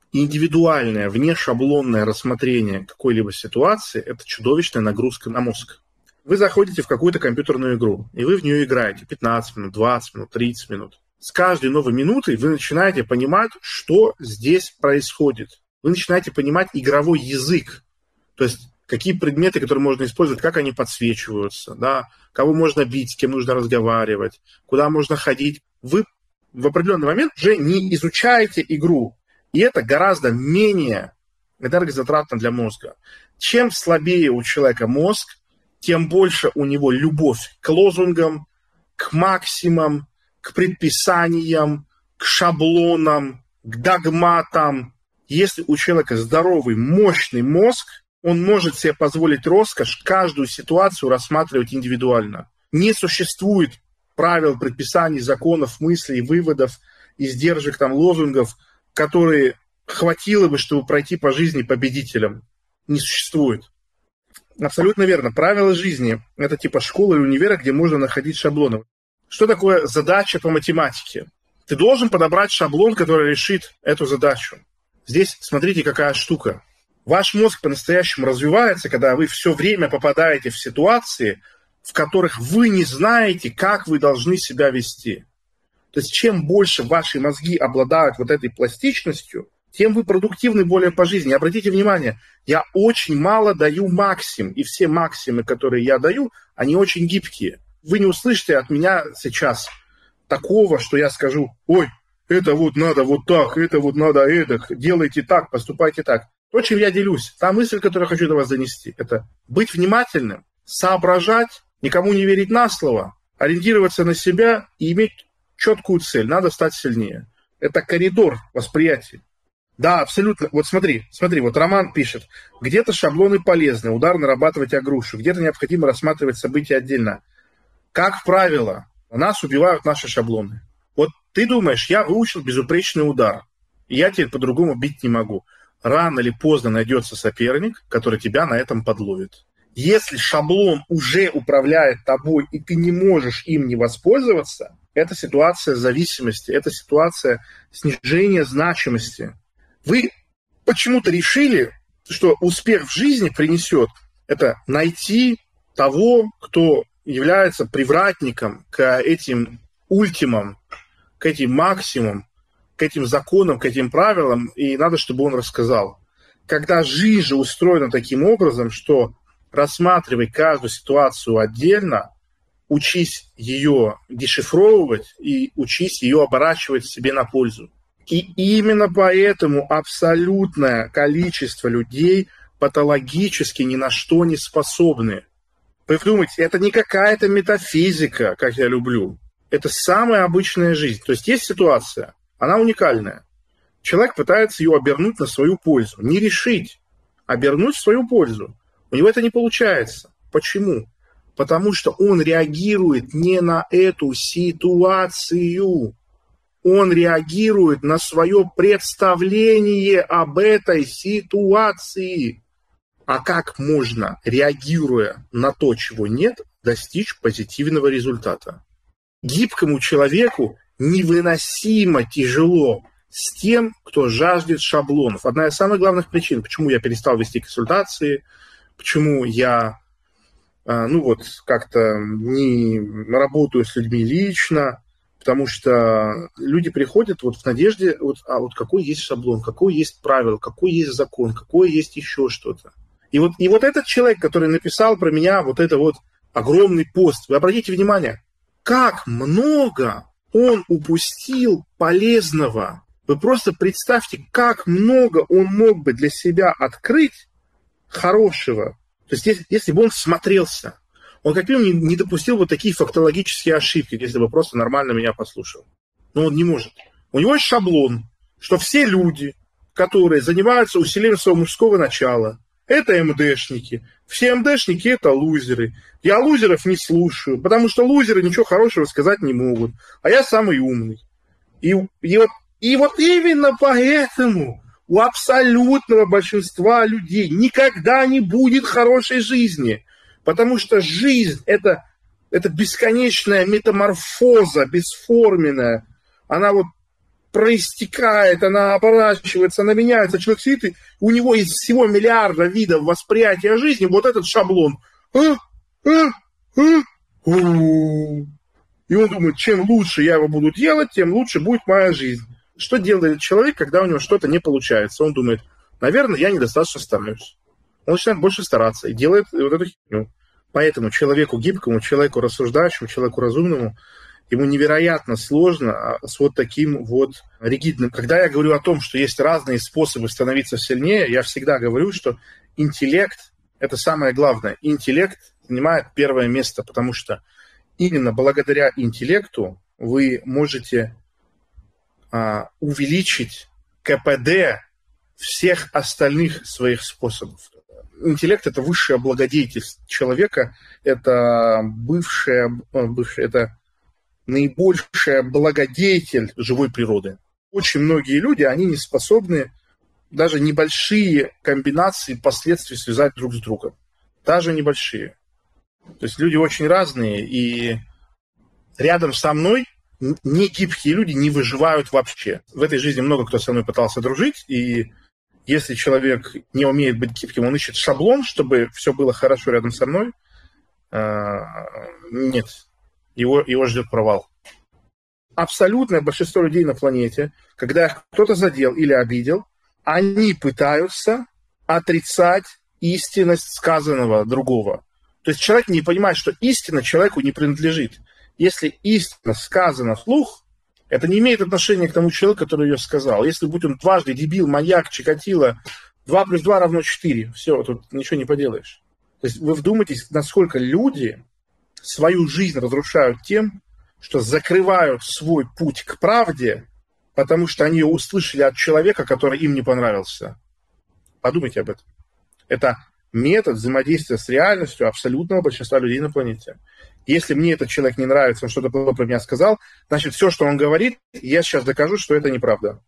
Индивидуальное, внешаблонное рассмотрение какой-либо ситуации – это чудовищная нагрузка на мозг. Вы заходите в какую-то компьютерную игру, и вы в нее играете 15 минут, 20 минут, 30 минут. С каждой новой минутой вы начинаете понимать, что здесь происходит. Вы начинаете понимать игровой язык, то есть какие предметы, которые можно использовать, как они подсвечиваются, да, кого можно бить, с кем нужно разговаривать, куда можно ходить. Вы в определенный момент уже не изучаете игру, и это гораздо менее энергозатратно для мозга. Чем слабее у человека мозг, тем больше у него любовь к лозунгам, к максимам, к предписаниям, к шаблонам, к догматам. Если у человека здоровый, мощный мозг, он может себе позволить роскошь каждую ситуацию рассматривать индивидуально. Не существует правил, предписаний, законов, мыслей, выводов, издержек, там, лозунгов, которые хватило бы, чтобы пройти по жизни победителем. Не существует. Абсолютно верно. Правила жизни – это типа школы или универа, где можно находить шаблоны. Что такое задача по математике? Ты должен подобрать шаблон, который решит эту задачу. Здесь смотрите, какая штука. Ваш мозг по-настоящему развивается, когда вы все время попадаете в ситуации, в которых вы не знаете, как вы должны себя вести. То есть чем больше ваши мозги обладают вот этой пластичностью, тем вы продуктивны более по жизни. Обратите внимание, я очень мало даю максим, и все максимы, которые я даю, они очень гибкие. Вы не услышите от меня сейчас такого, что я скажу: ой, это вот надо вот так, это вот надо эдак, делайте так, поступайте так. То, чем я делюсь, та мысль, которую я хочу до вас донести, это быть внимательным, соображать, никому не верить на слово, ориентироваться на себя и иметь четкую цель. Надо стать сильнее. Это коридор восприятия. Да, абсолютно. Вот смотри, вот Роман пишет: где-то шаблоны полезны, удар нарабатывать о грушу, где-то необходимо рассматривать события отдельно. Как правило, нас убивают наши шаблоны. Вот ты думаешь, я выучил безупречный удар, и я теперь по-другому бить не могу. Рано или поздно найдется соперник, который тебя на этом подловит. Если шаблон уже управляет тобой, и ты не можешь им не воспользоваться, это ситуация зависимости, это ситуация снижения значимости. Вы почему-то решили, что успех в жизни принесет это найти того, кто является привратником к этим ультимам, к этим максимумам, к этим законам, к этим правилам, и надо, чтобы он рассказал. Когда жизнь же устроена таким образом, что рассматривай каждую ситуацию отдельно, учись ее дешифровывать и учись ее оборачивать себе на пользу. И именно поэтому абсолютное количество людей патологически ни на что не способны. Вы думаете, это не какая-то метафизика, как я люблю. Это самая обычная жизнь. То есть есть ситуация, она уникальная. Человек пытается ее обернуть на свою пользу. Не решить, обернуть в свою пользу. У него это не получается. Почему? Потому что он реагирует не на эту ситуацию. Он реагирует на свое представление об этой ситуации. А как можно, реагируя на то, чего нет, достичь позитивного результата? Гибкому человеку невыносимо тяжело с тем, кто жаждет шаблонов. Одна из самых главных причин, почему я перестал вести консультации, почему я как-то не работаю с людьми лично, потому что люди приходят в надежде, какой есть шаблон, какой есть правило, какой есть закон, какое есть еще что-то. И вот этот человек, который написал про меня огромный пост, вы обратите внимание, как много он упустил полезного. Вы просто представьте, как много он мог бы для себя открыть хорошего. То есть если бы он всмотрелся, он как минимум не допустил такие фактологические ошибки, если бы просто нормально меня послушал. Но он не может. У него есть шаблон, что все люди, которые занимаются усилением своего мужского начала, это МДшники. Все МДшники – это лузеры. Я лузеров не слушаю, потому что лузеры ничего хорошего сказать не могут. А я самый умный. И именно поэтому у абсолютного большинства людей никогда не будет хорошей жизни. Потому что жизнь – это бесконечная метаморфоза, бесформенная. Она проистекает, она оборачивается, она меняется. Человек сидит, и у него из всего миллиарда видов восприятия жизни вот этот шаблон. И он думает, чем лучше я его буду делать, тем лучше будет моя жизнь. Что делает человек, когда у него что-то не получается? Он думает, наверное, я недостаточно стараюсь. Он начинает больше стараться и делает вот эту херню. Поэтому человеку гибкому, человеку рассуждающему, человеку разумному, ему невероятно сложно с вот таким вот ригидным. Когда я говорю о том, что есть разные способы становиться сильнее, я всегда говорю, что интеллект – это самое главное. Интеллект занимает первое место, потому что именно благодаря интеллекту вы можете увеличить КПД всех остальных своих способов. Интеллект – это высшая благодетельность человека, это это наибольшая благодетель живой природы. Очень многие люди, они не способны даже небольшие комбинации последствий связать друг с другом. Даже небольшие. То есть люди очень разные, и рядом со мной негибкие люди не выживают вообще. В этой жизни много кто со мной пытался дружить, и если человек не умеет быть гибким, он ищет шаблон, чтобы все было хорошо рядом со мной. Нет, его ждет провал. Абсолютное большинство людей на планете, когда их кто-то задел или обидел, они пытаются отрицать истинность сказанного другого. То есть человек не понимает, что истина человеку не принадлежит. Если истина сказана вслух, это не имеет отношения к тому человеку, который ее сказал. Если будь он дважды дебил, маньяк, Чикатило, 2 + 2 = 4. Все, тут ничего не поделаешь. То есть вы вдумайтесь, насколько люди свою жизнь разрушают тем, что закрывают свой путь к правде, потому что они ее услышали от человека, который им не понравился. Подумайте об этом. Это метод взаимодействия с реальностью абсолютного большинства людей на планете. Если мне этот человек не нравится, он что-то плохое про меня сказал, значит, все, что он говорит, я сейчас докажу, что это неправда.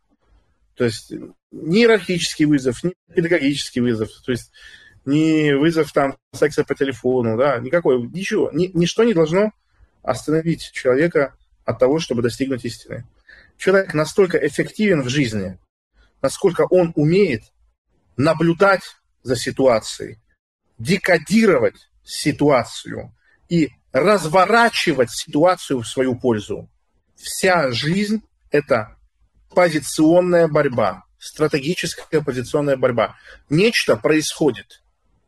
То есть ни иерархический вызов, ни педагогический вызов, то есть ни вызов там секса по телефону, да, никакой, ничего. Ничто не должно остановить человека от того, чтобы достигнуть истины. Человек настолько эффективен в жизни, насколько он умеет наблюдать за ситуацией, декодировать ситуацию и разворачивать ситуацию в свою пользу. Вся жизнь – это позиционная борьба, стратегическая позиционная борьба. Нечто происходит.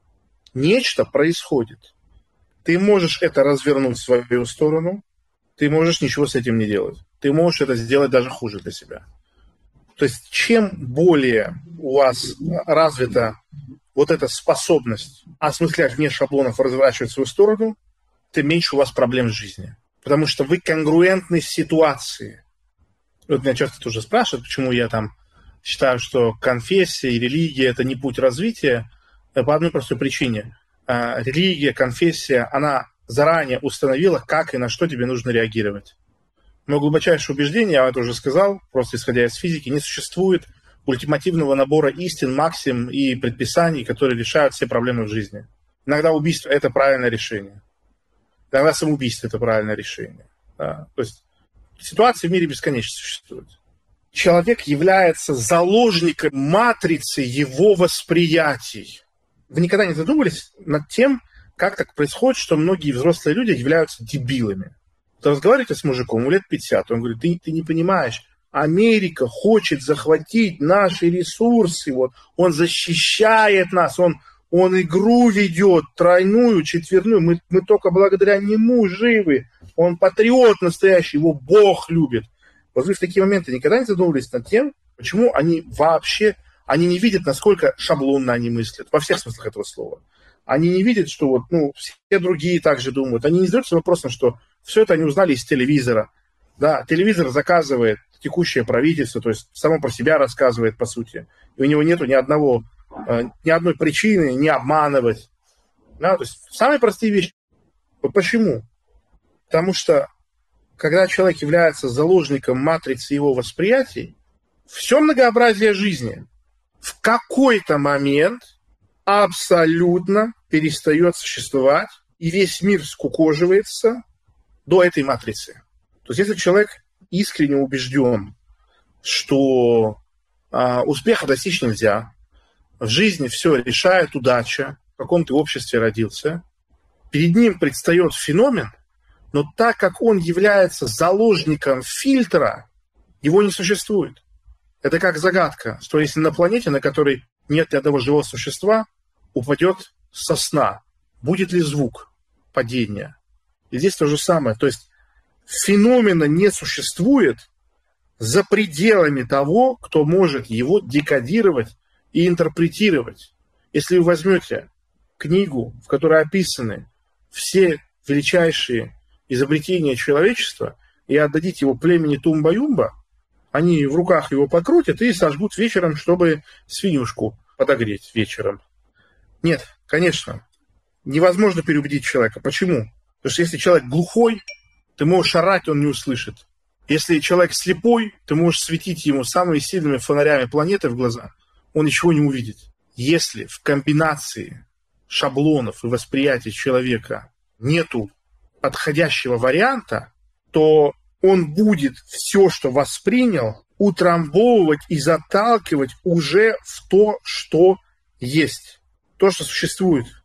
Нечто происходит. Ты можешь это развернуть в свою сторону, ты можешь ничего с этим не делать. Ты можешь это сделать даже хуже для себя. То есть чем более у вас развита вот эта способность осмыслять вне шаблонов, разворачивать свою сторону, тем меньше у вас проблем в жизни. Потому что вы конгруентны с ситуацией. Вот меня часто тоже спрашивают, почему я там считаю, что конфессия и религия – это не путь развития. По одной простой причине. Религия, конфессия, она заранее установила, как и на что тебе нужно реагировать. Мое глубочайшее убеждение, я это уже сказал, просто исходя из физики, не существует ультимативного набора истин, максим и предписаний, которые решают все проблемы в жизни. Иногда убийство – это правильное решение. Иногда самоубийство – это правильное решение. Да? То есть ситуации в мире бесконечно существуют. Человек является заложником матрицы его восприятий. Вы никогда не задумывались над тем, как так происходит, что многие взрослые люди являются дебилами? Вы разговариваете с мужиком, ему лет 50, он говорит, ты не понимаешь, Америка хочет захватить наши ресурсы, вот, он защищает нас, он игру ведет, тройную, четверную, мы только благодаря нему живы, он патриот настоящий, его Бог любит. Вот вы в такие моменты никогда не задумывались над тем, почему они вообще, они не видят, насколько шаблонно они мыслят, во всех смыслах этого слова. Они не видят, что вот, все другие также думают. Они не задаются вопросом, что все это они узнали из телевизора. Да, телевизор заказывает текущее правительство, то есть само про себя рассказывает, по сути. И у него нету ни одной причины не обманывать. Да, то есть самые простые вещи. Почему? Потому что, когда человек является заложником матрицы его восприятий, все многообразие жизни в какой-то момент абсолютно перестает существовать, и весь мир скукоживается до этой матрицы. То есть если человек искренне убежден что успеха достичь нельзя, в жизни все решает удача, в каком ты обществе родился, перед ним предстает феномен, но так как он является заложником фильтра, его не существует. Это как загадка, что если на планете, на которой нет ни одного живого существа, упадет сосна, будет ли звук падения? И здесь то же самое. То есть феномена не существует за пределами того, кто может его декодировать и интерпретировать. Если вы возьмете книгу, в которой описаны все величайшие изобретения человечества, и отдадите его племени Тумба-Юмба, они в руках его покрутят и сожгут вечером, чтобы свинюшку подогреть вечером. Нет, конечно, невозможно переубедить человека. Почему? Потому что если человек глухой, ты можешь орать, он не услышит. Если человек слепой, ты можешь светить ему самыми сильными фонарями планеты в глаза, он ничего не увидит. Если в комбинации шаблонов и восприятия человека нету подходящего варианта, то он будет все, что воспринял, утрамбовывать и заталкивать уже в то, что есть, то, что существует.